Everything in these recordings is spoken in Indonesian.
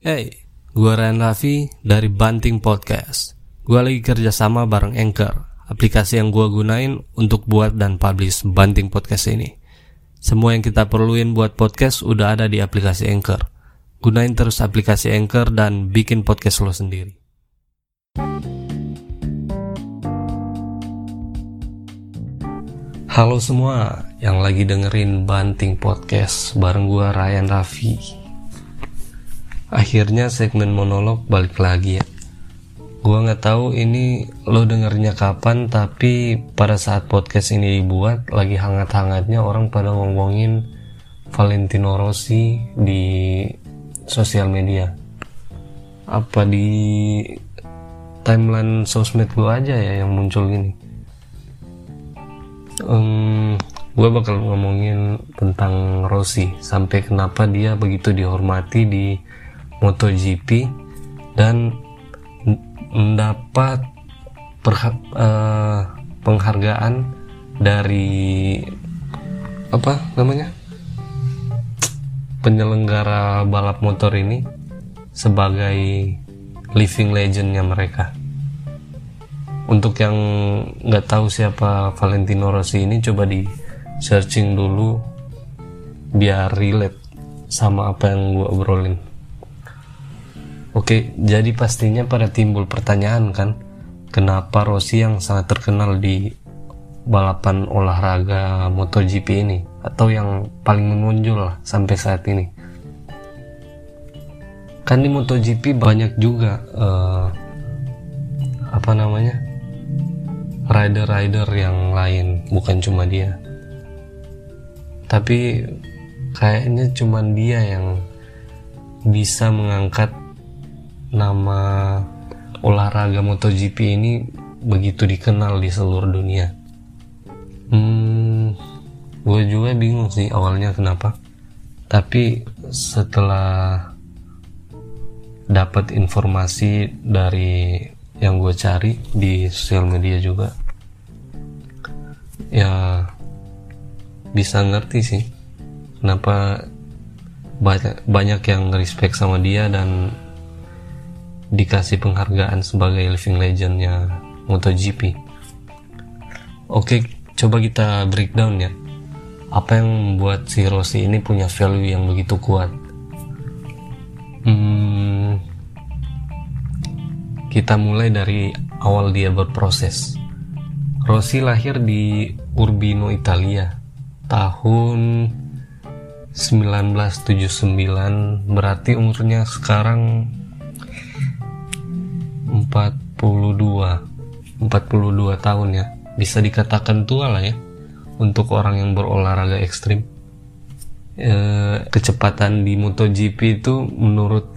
Hey, gua Ryan Raffi dari Banting Podcast. Gua lagi kerjasama bareng Anchor, aplikasi yang gua gunain untuk buat dan publish Banting Podcast ini. Semua yang kita perluin buat podcast udah ada di aplikasi Anchor. Gunain terus aplikasi Anchor dan bikin podcast lo sendiri. Halo semua yang lagi dengerin Banting Podcast bareng gua Ryan Raffi. Akhirnya segmen monolog balik lagi ya. Gua nggak tahu ini lo dengernya kapan, tapi pada saat podcast ini dibuat lagi hangat-hangatnya orang pada ngomongin Valentino Rossi di sosial media. Apa di timeline sosmed gua aja ya yang muncul gini. Gue bakal ngomongin tentang Rossi, sampai kenapa dia begitu dihormati di MotoGP dan mendapat penghargaan dari penyelenggara balap motor ini sebagai living legendnya mereka. Untuk yang nggak tahu siapa Valentino Rossi ini, coba di searching dulu biar relate sama apa yang gue obrolin. Oke, jadi pastinya pada timbul pertanyaan kan, kenapa Rossi yang sangat terkenal di balapan olahraga MotoGP ini, atau yang paling menonjol lah sampai saat ini. Kan di MotoGP banyak juga rider-rider yang lain, bukan cuma dia. Tapi kayaknya cuma dia yang bisa mengangkat nama olahraga MotoGP ini begitu dikenal di seluruh dunia. Gue juga bingung sih awalnya kenapa. Tapi setelah dapat informasi dari yang gue cari di sosial media juga, ya bisa ngerti sih kenapa banyak yang respect sama dia dan dikasih penghargaan sebagai living legendnya MotoGP. Oke, coba kita breakdown ya. Apa yang membuat si Rossi ini punya value yang begitu kuat? Kita mulai dari awal dia berproses. Rossi lahir di Urbino, Italia tahun 1979, berarti umurnya sekarang 42 tahun ya. Bisa dikatakan tua lah ya untuk orang yang berolahraga ekstrim. Kecepatan di MotoGP itu menurut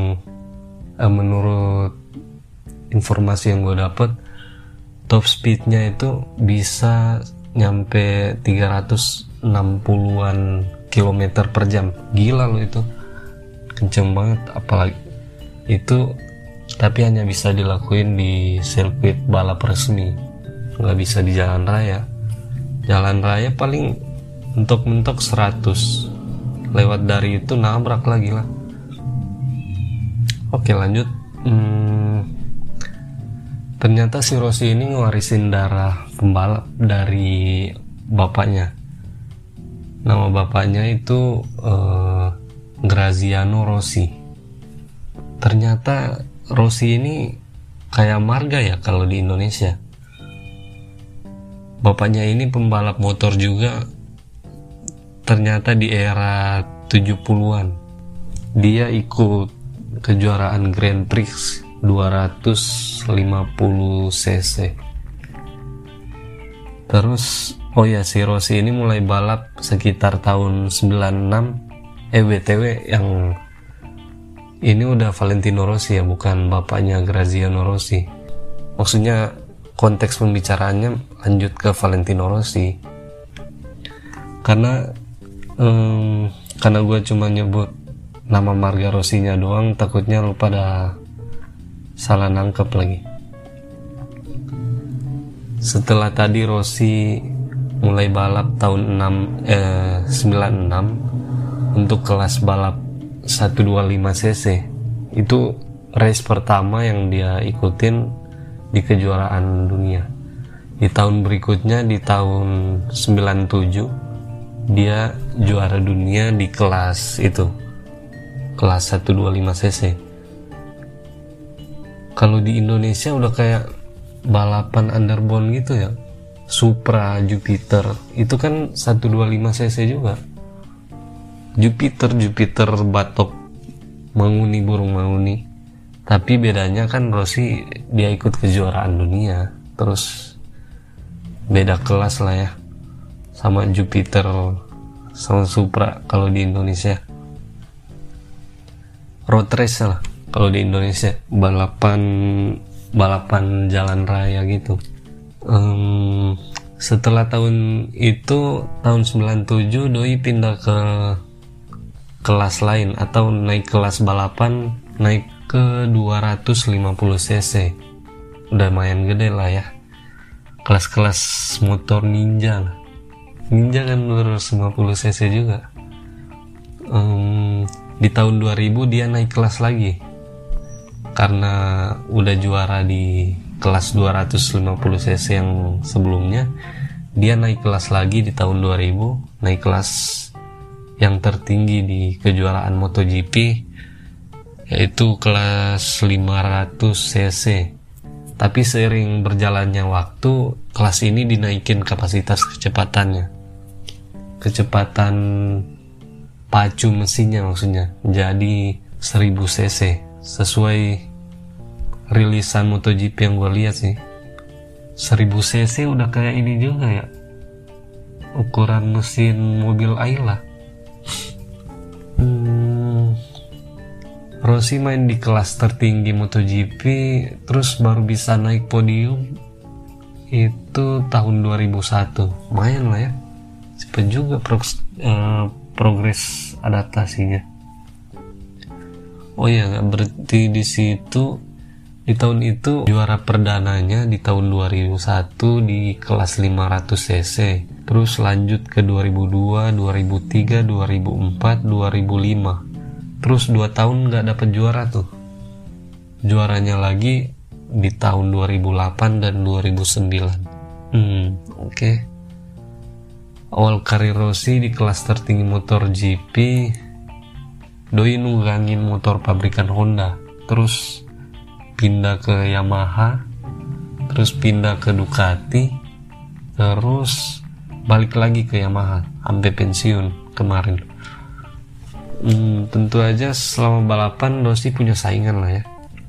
informasi yang gue dapet, top speednya itu bisa nyampe 360-an kilometer per jam. Gila loh, itu kenceng banget. Apalagi itu, tapi hanya bisa dilakuin di sirkuit balap resmi, nggak bisa di jalan raya. Jalan raya paling mentok-mentok 100, lewat dari itu nabrak lagi lah. Oke, lanjut. Ternyata si Rossi ini ngewarisin darah pembalap dari bapaknya. Nama bapaknya itu Graziano Rossi. Ternyata Rossi ini kayak marga ya kalau di Indonesia. Bapaknya ini pembalap motor juga. Ternyata di era 70-an dia ikut kejuaraan Grand Prix 250 cc. Terus si Rossi ini mulai balap sekitar tahun 96. BTW yang ini udah Valentino Rossi ya, bukan bapaknya Graziano Rossi. Maksudnya konteks pembicaraannya lanjut ke Valentino Rossi. Karena gue cuma nyebut nama marga Rossinya doang, takutnya lu pada salah nangkep lagi. Setelah tadi Rossi mulai balap tahun 96 untuk kelas balap 125 cc Itu race pertama yang dia ikutin di kejuaraan dunia. Di tahun berikutnya, di tahun 97, dia juara dunia di kelas itu, kelas 125 cc. Kalau di Indonesia udah kayak balapan underbone gitu ya, Supra, Jupiter, itu kan 125 cc juga. Jupiter batok manguni, burung manguni. Tapi bedanya kan Rossi dia ikut kejuaraan dunia, terus beda kelas lah ya sama Jupiter sama Supra. Kalau di Indonesia road race lah, kalau di Indonesia balapan jalan raya gitu. Setelah tahun itu, tahun 97, Doi pindah ke kelas lain atau naik kelas balapan, naik ke 250 cc. Udah lumayan gede lah ya, kelas-kelas motor Ninja lah. Ninja kan 250 cc juga. Di tahun 2000 dia naik kelas lagi karena udah juara di kelas 250 cc yang sebelumnya. Dia naik kelas lagi di tahun 2000, naik kelas yang tertinggi di kejuaraan MotoGP, yaitu kelas 500 cc. Tapi seiring berjalannya waktu, kelas ini dinaikin kapasitas kecepatannya, kecepatan pacu mesinnya maksudnya, jadi 1000 cc sesuai rilisan MotoGP yang gue lihat sih. 1000 cc udah kayak ini juga ya, ukuran mesin mobil Ayla. Rossi main di kelas tertinggi MotoGP, terus baru bisa naik podium itu tahun 2001. Lumayan lah ya, cepet juga progres adaptasinya. Oh ya, berarti di situ, di tahun itu juara perdananya di tahun 2001 di kelas 500 cc. Terus lanjut ke 2002, 2003, 2004, 2005. Terus 2 tahun gak dapet juara tuh. Juaranya lagi di tahun 2008 dan 2009. Oke. Awal karir Rossi di kelas tertinggi motor GP, Doi nunggangin motor pabrikan Honda, terus pindah ke Yamaha, terus pindah ke Ducati, terus balik lagi ke Yamaha sampai pensiun kemarin. Tentu aja selama balapan Rossi punya saingan lah ya,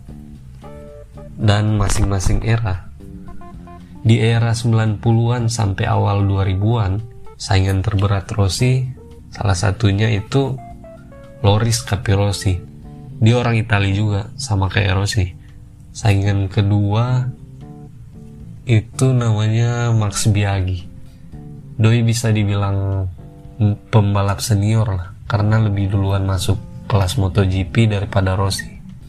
dan masing-masing era. Di era 90-an sampai awal 2000-an, saingan terberat Rossi salah satunya itu Loris Capirossi. Dia orang Italia juga, sama kayak Rossi. Saingan kedua itu namanya Max Biaggi. Doi bisa dibilang pembalap senior lah, karena lebih duluan masuk kelas MotoGP daripada Rossi.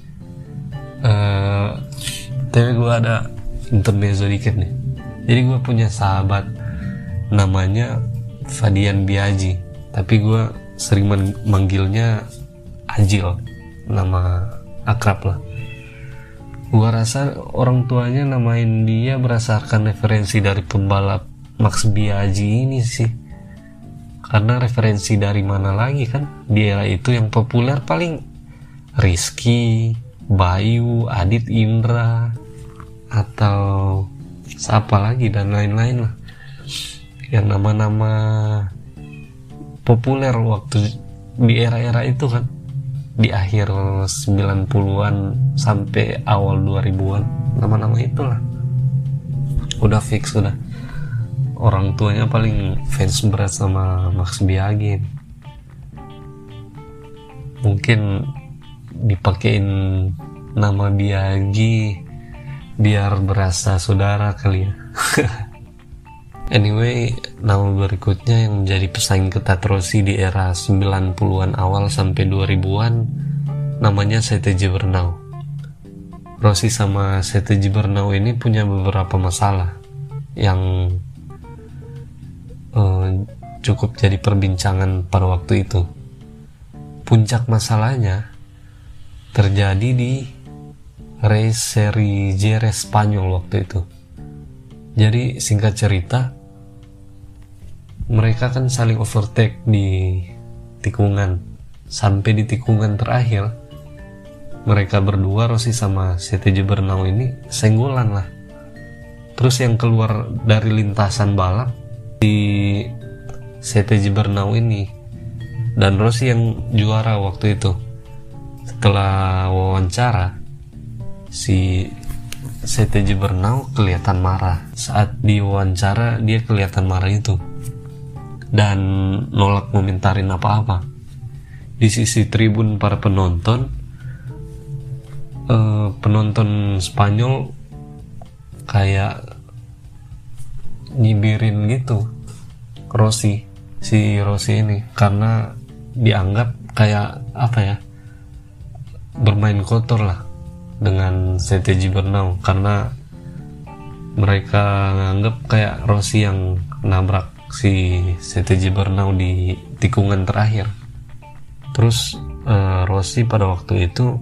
Tapi gue ada intermezzo dikit nih. Jadi gue punya sahabat namanya Fabian Biaggi, tapi gue sering manggilnya Ajil, nama akrab lah. Gue rasa orang tuanya namain dia berdasarkan referensi dari pembalap Max Biaggi ini sih. Karena referensi dari mana lagi kan, di era itu yang populer paling Rizky, Bayu, Adit Indra, atau siapa lagi dan lain-lain lah, yang nama-nama populer waktu di era-era itu kan, di akhir 90-an sampai awal 2000-an. Nama-nama itulah udah fix, udah orang tuanya paling fans berat sama Max Biaggi. Mungkin dipakein nama Biaggi biar berasa saudara kali ya. Anyway, nama berikutnya yang menjadi pesaing ketat Rossi di era 90-an awal sampai 2000-an namanya Sete Gibernau. Rossi sama Sete Gibernau ini punya beberapa masalah yang cukup jadi perbincangan pada waktu itu. Puncak masalahnya, terjadi di race seri Jerez Spanyol waktu itu. Jadi singkat cerita, mereka kan saling overtake di tikungan. Sampai di tikungan terakhir, mereka berdua, Rossi sama CTJ Bernau ini senggolan lah. Terus yang keluar dari lintasan balap di CTJ Bernau ini, dan Rossi yang juara waktu itu. Setelah wawancara, si CTJ Bernau kelihatan marah. Saat diwawancara dia kelihatan marah itu, dan nolak komentarin apa-apa. Di sisi tribun para penonton, penonton Spanyol kayak nyibirin gitu Rossi, si Rossi ini, karena dianggap kayak apa ya, bermain kotor lah dengan CTJ Bernau, karena mereka nganggap kayak Rossi yang nabrak si CTJ Bernau di tikungan terakhir. Terus Rossi pada waktu itu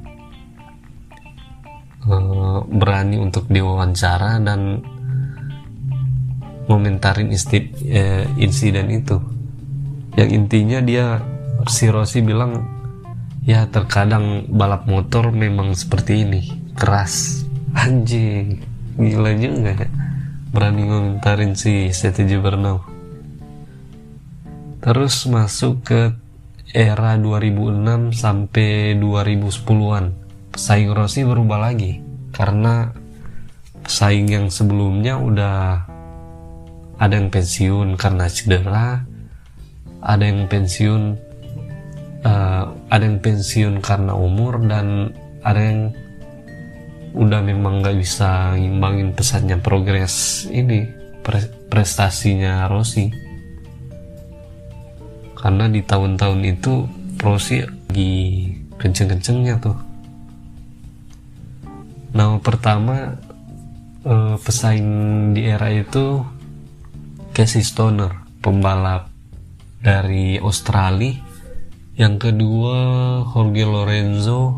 berani untuk diwawancara dan komentarin insiden itu. Yang intinya si Rossi bilang, ya terkadang balap motor memang seperti ini, keras. Anjing, gila juga ya, berani komentarin si CTJ Bernau. Terus masuk ke era 2006 sampai 2010-an. Pesaing Rossi berubah lagi, karena pesaing yang sebelumnya udah ada yang pensiun karena cedera, ada yang pensiun karena umur, dan ada yang udah memang gak bisa ngimbangin pesatnya progres ini, prestasinya Rossi. Karena di tahun-tahun itu Rossi lagi kenceng-kencengnya tuh. Nama pertama pesaing di era itu Casey Stoner, pembalap dari Australia. Yang kedua Jorge Lorenzo.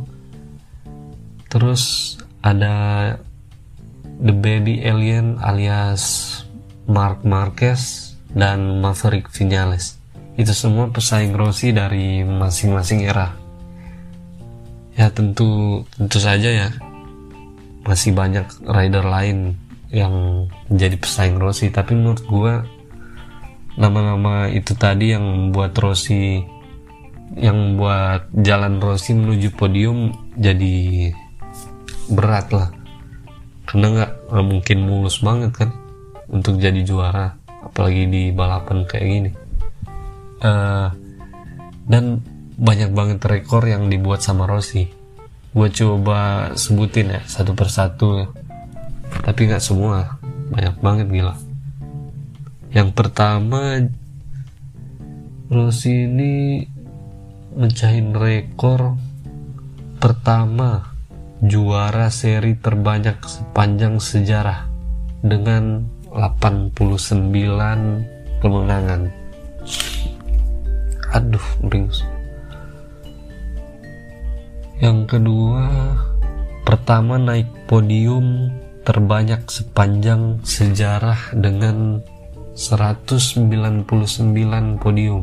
Terus ada The Baby Alien alias Marc Marquez dan Maverick Viñales. Itu semua pesaing Rossi dari masing-masing era. Ya tentu saja ya, masih banyak rider lain yang menjadi pesaing Rossi, tapi menurut gue nama-nama itu tadi yang membuat jalan Rossi menuju podium jadi berat lah, karena nggak mungkin mulus banget kan untuk jadi juara, apalagi di balapan kayak gini. Dan banyak banget rekor yang dibuat sama Rossi. Gue coba sebutin ya satu persatu, tapi nggak semua, banyak banget, gila. Yang pertama, Rossi ini mencahin rekor pertama juara seri terbanyak sepanjang sejarah dengan 89 kemenangan. Aduh, bringus. Yang kedua, pertama naik podium terbanyak sepanjang sejarah dengan 199 podium.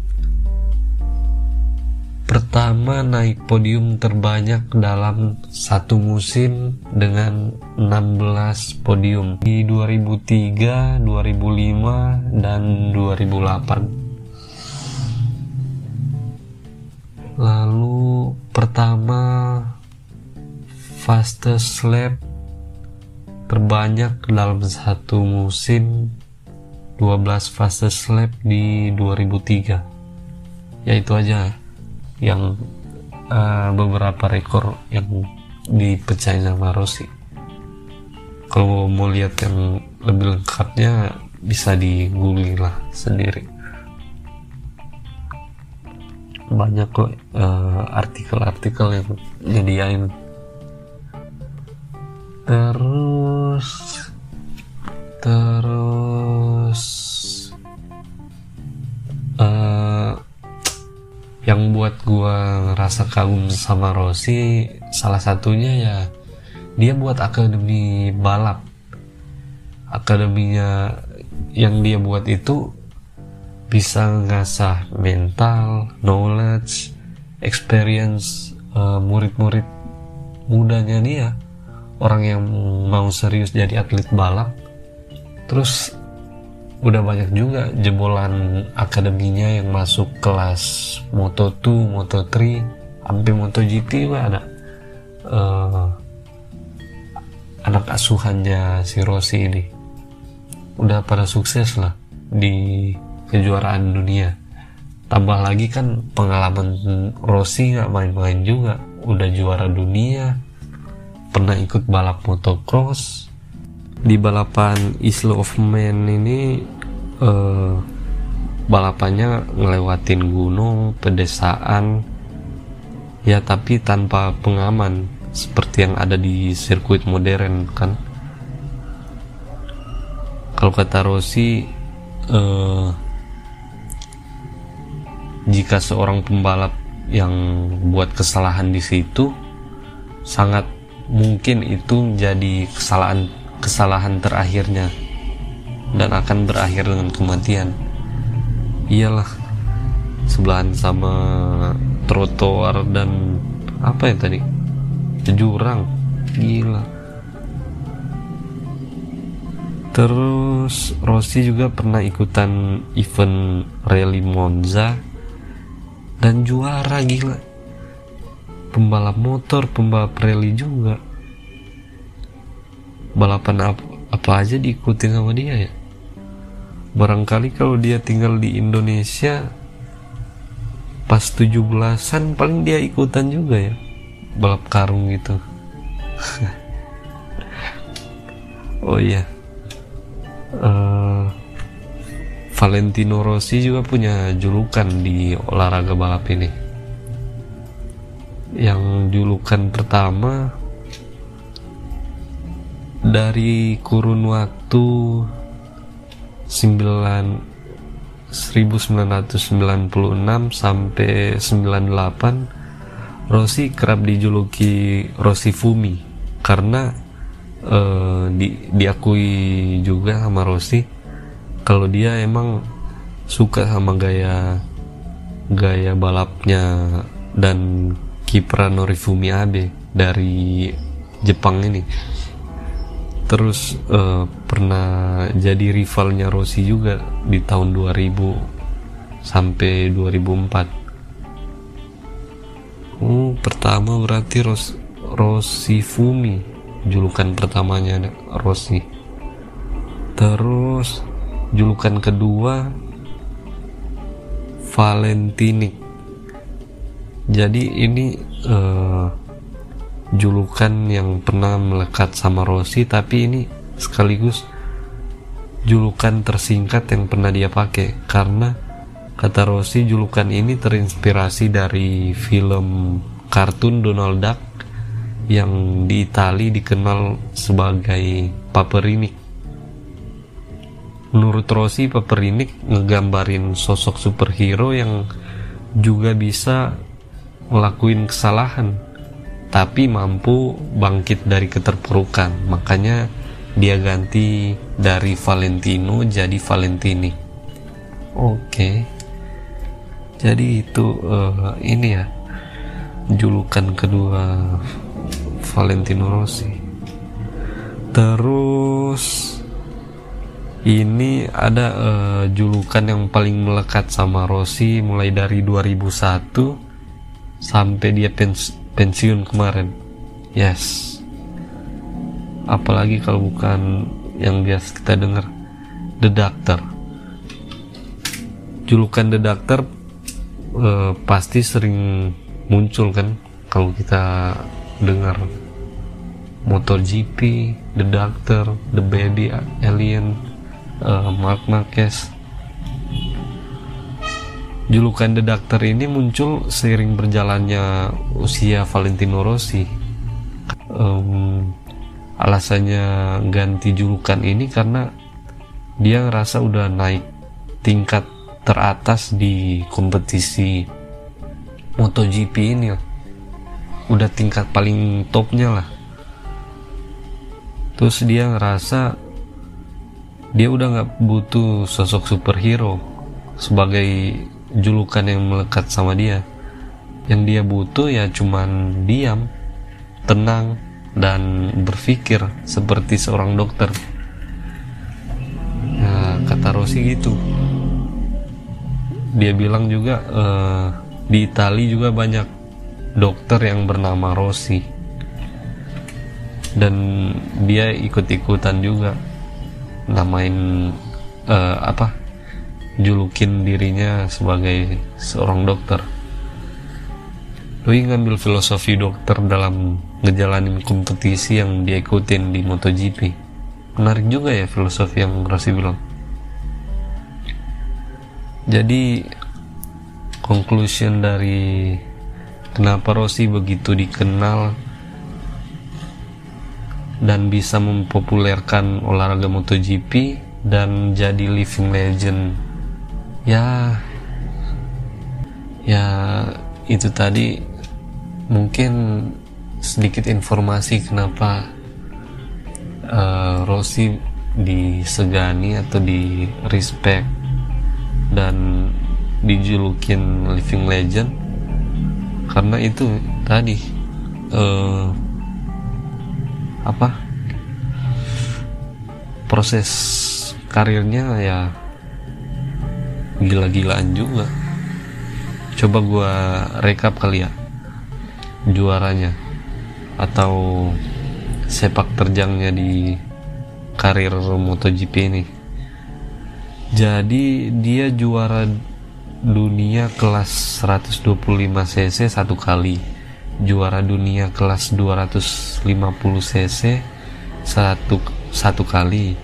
Pertama naik podium terbanyak dalam satu musim dengan 16 podium di 2003, 2005, dan 2008. Lalu pertama fastest lap terbanyak dalam satu musim, 12 fastest lap di 2003. Ya itu aja yang beberapa rekor yang dipecahin sama Rossi. Kalau mau lihat yang lebih lengkapnya bisa di-googling lah sendiri. Banyak kok artikel-artikel yang nyediain. Terus Yang buat gua ngerasa kagum sama Rossi salah satunya ya dia buat akademi balap. Akademinya yang dia buat itu bisa ngasah mental, knowledge, experience murid-murid mudanya dia, orang yang mau serius jadi atlet balap. Terus udah banyak juga jebolan akademinya yang masuk kelas Moto2, Moto3, sampai MotoGP juga ada anak asuhannya si Rossi ini. Udah pada sukses lah di kejuaraan dunia. Tambah lagi kan pengalaman Rossi gak main-main juga, udah juara dunia, pernah ikut balap motocross. Di balapan Isle of Man ini balapannya ngelewatin gunung, pedesaan ya, tapi tanpa pengaman seperti yang ada di sirkuit modern kan. Kalau kata Rossi, jika seorang pembalap yang buat kesalahan di situ, sangat mungkin itu menjadi kesalahan terakhirnya dan akan berakhir dengan kematian. Iyalah, sebelahan sama trotoar dan apa ya tadi, jurang, gila. Terus Rossi juga pernah ikutan event Rally Monza dan juara, gila. Pembalap motor, pembalap rally juga. Balapan apa aja diikutin sama dia ya. Barangkali kalau dia tinggal di Indonesia pas 17-an paling dia ikutan juga ya, balap karung gitu. Oh iya, Valentino Rossi juga punya julukan di olahraga balap ini. Yang julukan pertama dari kurun waktu 1996 sampai 98, Rossi kerap dijuluki Rossi Fumi karena diakui juga sama Rossi kalau dia emang suka sama gaya balapnya dan kiprah Norifumi Abe dari Jepang ini. Terus pernah jadi rivalnya Rossi juga di tahun 2000 sampai 2004. Pertama berarti Rossi Fumi, julukan pertamanya Rossi. Terus julukan kedua Valentinic. Jadi ini julukan yang pernah melekat sama Rossi, tapi ini sekaligus julukan tersingkat yang pernah dia pakai, karena kata Rossi julukan ini terinspirasi dari film kartun Donald Duck yang di Itali dikenal sebagai Paperinik. Menurut Rossi, Paperinik ngegambarin sosok superhero yang juga bisa ngelakuin kesalahan tapi mampu bangkit dari keterpurukan. Makanya dia ganti dari Valentino jadi Valentini. Oke. Jadi itu ini ya julukan kedua Valentino Rossi. Terus ini ada julukan yang paling melekat sama Rossi mulai dari 2001 sampai dia pensiun kemarin. Yes. Apalagi kalau bukan yang biasa kita dengar, The Doctor. Julukan The Doctor pasti sering muncul kan kalau kita dengar MotoGP, The Doctor, The Baby Alien, Marc Marquez. Julukan The Doctor ini muncul seiring berjalannya usia Valentino Rossi. Alasannya ganti julukan ini karena dia ngerasa udah naik tingkat teratas di kompetisi MotoGP ini lah. Udah tingkat paling topnya lah. Terus dia ngerasa dia udah gak butuh sosok superhero sebagai julukan yang melekat sama dia. Yang dia butuh ya cuman diam, tenang, dan berpikir seperti seorang dokter. Nah, kata Rossi gitu. Dia bilang juga di Italia juga banyak dokter yang bernama Rossi, dan dia ikut-ikutan juga namain julukin dirinya sebagai seorang dokter. Doi ngambil filosofi dokter dalam ngejalanin kompetisi yang dia ikutin di MotoGP. Menarik juga ya filosofi yang Rossi bilang. Jadi conclusion dari kenapa Rossi begitu dikenal dan bisa mempopulerkan olahraga MotoGP dan jadi living legend, ya itu tadi. Mungkin sedikit informasi kenapa Rossi disegani atau di respect dan dijulukin living legend, karena itu tadi proses karirnya ya gila-gilaan juga. Coba gua rekap kali ya juaranya atau sepak terjangnya di karir MotoGP ini. Jadi dia juara dunia kelas 125 cc satu kali, juara dunia kelas 250 cc satu kali,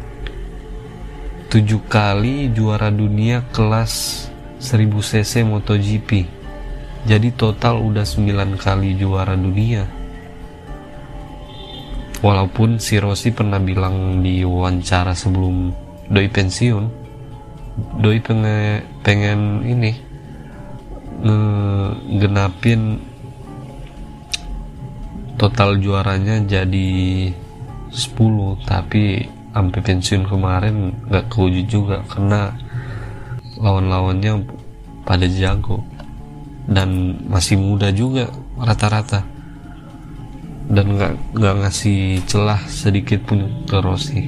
7 kali juara dunia kelas 1000 cc MotoGP. Jadi total udah 9 kali juara dunia. Walaupun si Rossi pernah bilang di wawancara sebelum Doi pensiun, Doi pengen ini ngegenapin total juaranya jadi 10, tapi sampai pensiun kemarin gak kewujud juga karena lawan-lawannya pada jago dan masih muda juga rata-rata, dan nggak ngasih celah sedikit pun ke Rossi.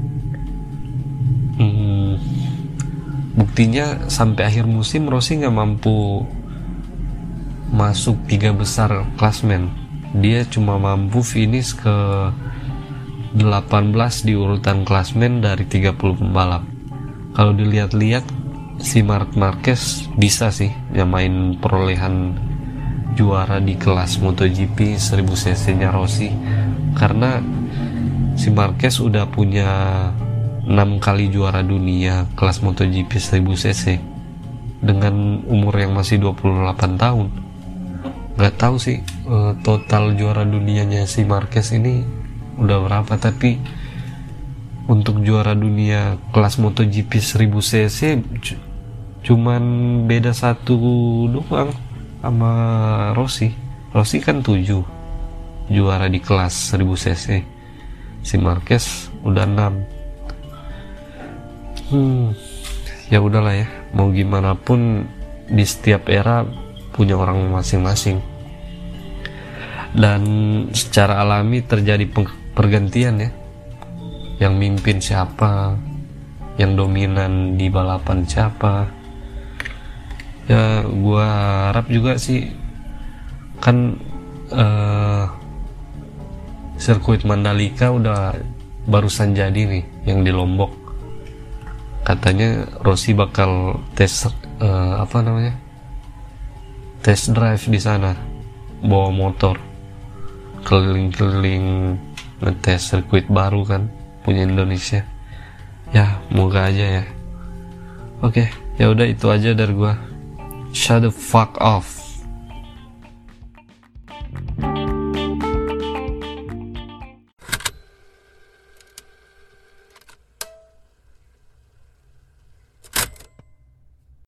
Buktinya sampai akhir musim Rossi nggak mampu masuk 3 besar klasmen. Dia cuma mampu finish ke 18 di urutan klasmen dari 30 pembalap. Kalau dilihat-lihat si Marc Marquez bisa sih nyamain perolehan juara di kelas MotoGP 1000 cc nya Rossi, karena si Marquez udah punya 6 kali juara dunia kelas MotoGP 1000 cc dengan umur yang masih 28 tahun. Gak tahu sih total juara dunianya si Marquez ini udah berapa, tapi untuk juara dunia kelas MotoGP 1000 cc cuman beda 1 doang sama Rossi. Rossi kan 7 juara di kelas 1000 cc, si Marquez udah 6. Ya udahlah ya, mau gimana pun di setiap era punya orang masing-masing, dan secara alami terjadi pergantian ya. Yang mimpin siapa, yang dominan di balapan siapa. Ya gua harap juga sih kan sirkuit Mandalika udah barusan jadi nih yang di Lombok. Katanya Rossi bakal tes test drive di sana, bawa motor keliling-keliling ngetes sirkuit baru kan punya Indonesia. Ya moga aja ya. Oke, ya udah itu aja dari gua. Shut the fuck off.